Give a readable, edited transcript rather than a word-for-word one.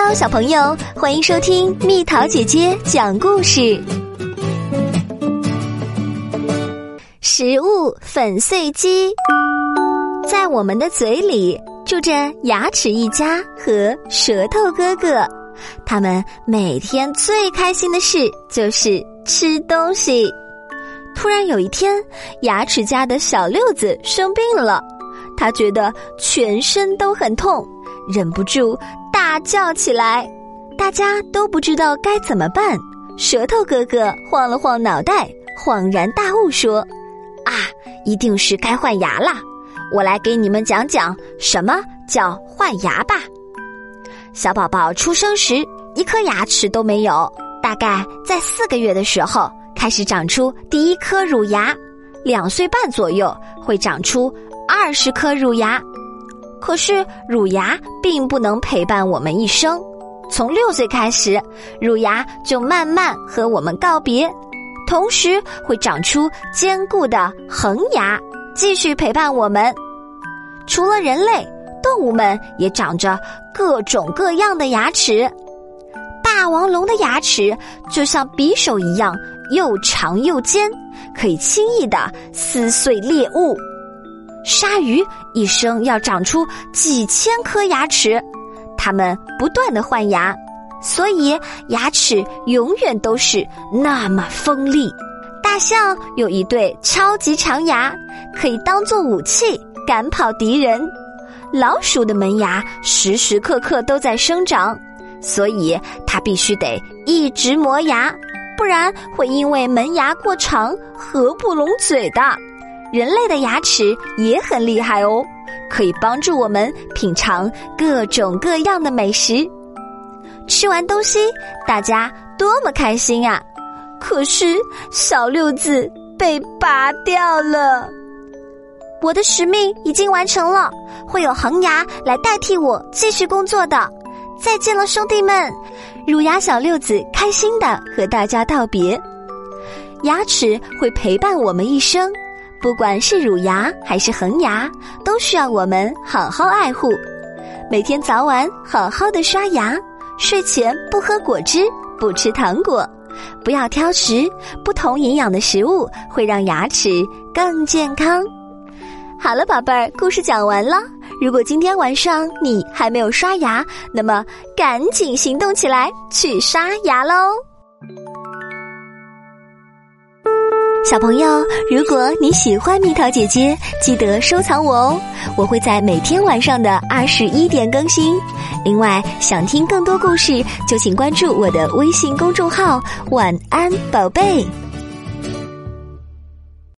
Hello， 小朋友，欢迎收听蜜桃姐姐讲故事。食物粉碎机。在我们的嘴里住着牙齿一家和舌头哥哥，他们每天最开心的事就是吃东西。突然有一天，牙齿家的小六子生病了，他觉得全身都很痛，忍不住大叫起来。大家都不知道该怎么办。舌头哥哥晃了晃脑袋，恍然大悟说：一定是该换牙啦！我来给你们讲讲什么叫换牙吧。小宝宝出生时一颗牙齿都没有，大概在4个月的时候开始长出第一颗乳牙，2岁半左右会长出20颗乳牙。可是乳牙并不能陪伴我们一生，从6岁开始，乳牙就慢慢和我们告别，同时会长出坚固的恒牙，继续陪伴我们。除了人类，动物们也长着各种各样的牙齿。霸王龙的牙齿就像匕首一样又长又尖，可以轻易地撕碎猎物。鲨鱼一生要长出几千颗牙齿，它们不断地换牙，所以牙齿永远都是那么锋利。大象有一对超级长牙，可以当作武器赶跑敌人。老鼠的门牙时时刻刻都在生长，所以它必须得一直磨牙，不然会因为门牙过长合不拢嘴的。人类的牙齿也很厉害哦，可以帮助我们品尝各种各样的美食。吃完东西，大家多么开心啊！可是小六子被拔掉了。我的使命已经完成了，会有恒牙来代替我继续工作的。再见了，兄弟们！乳牙小六子开心地和大家道别。牙齿会陪伴我们一生，不管是乳牙还是恒牙，都需要我们好好爱护。每天早晚好好的刷牙，睡前不喝果汁，不吃糖果，不要挑食，不同营养的食物会让牙齿更健康。好了，宝贝儿，故事讲完了。如果今天晚上你还没有刷牙，那么赶紧行动起来，去刷牙喽！小朋友，如果你喜欢蜜桃姐姐，记得收藏我哦，我会在每天晚上的21点更新。另外，想听更多故事，就请关注我的微信公众号“晚安宝贝”。